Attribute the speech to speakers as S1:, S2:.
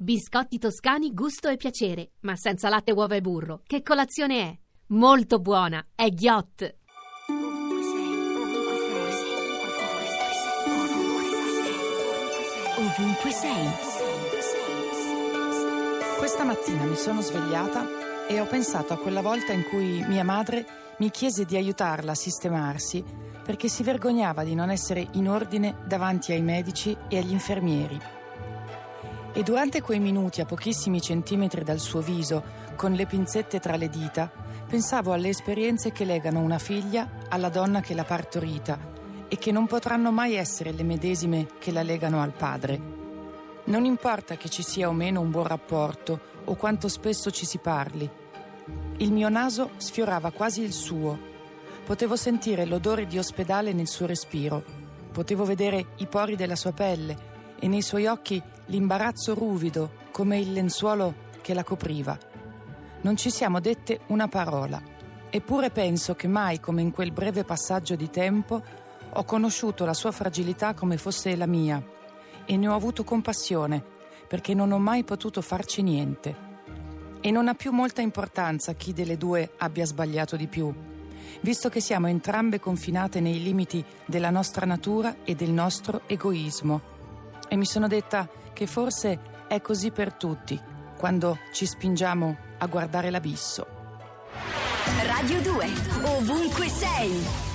S1: Biscotti toscani gusto e piacere, ma senza latte, uova e burro. Che colazione è? Molto buona, è Ghiott.
S2: Ovunque sei.
S3: Questa mattina mi sono svegliata e ho pensato a quella volta in cui mia madre mi chiese di aiutarla a sistemarsi perché si vergognava di non essere in ordine davanti ai medici e agli infermieri. E durante quei minuti a pochissimi centimetri dal suo viso, con le pinzette tra le dita, pensavo alle esperienze che legano una figlia alla donna che l'ha partorita e che non potranno mai essere le medesime che la legano al padre. Non importa che ci sia o meno un buon rapporto o quanto spesso ci si parli. Il mio naso sfiorava quasi il suo. Potevo sentire l'odore di ospedale nel suo respiro. Potevo vedere i pori della sua pelle e nei suoi occhi l'imbarazzo ruvido come il lenzuolo che la copriva. Non ci siamo dette una parola, eppure penso che mai come in quel breve passaggio di tempo ho conosciuto la sua fragilità come fosse la mia e ne ho avuto compassione perché non ho mai potuto farci niente. E non ha più molta importanza chi delle due abbia sbagliato di più, visto che siamo entrambe confinate nei limiti della nostra natura e del nostro egoismo. E mi sono detta che forse è così per tutti quando ci spingiamo a guardare l'abisso.
S2: Radio 2, ovunque sei.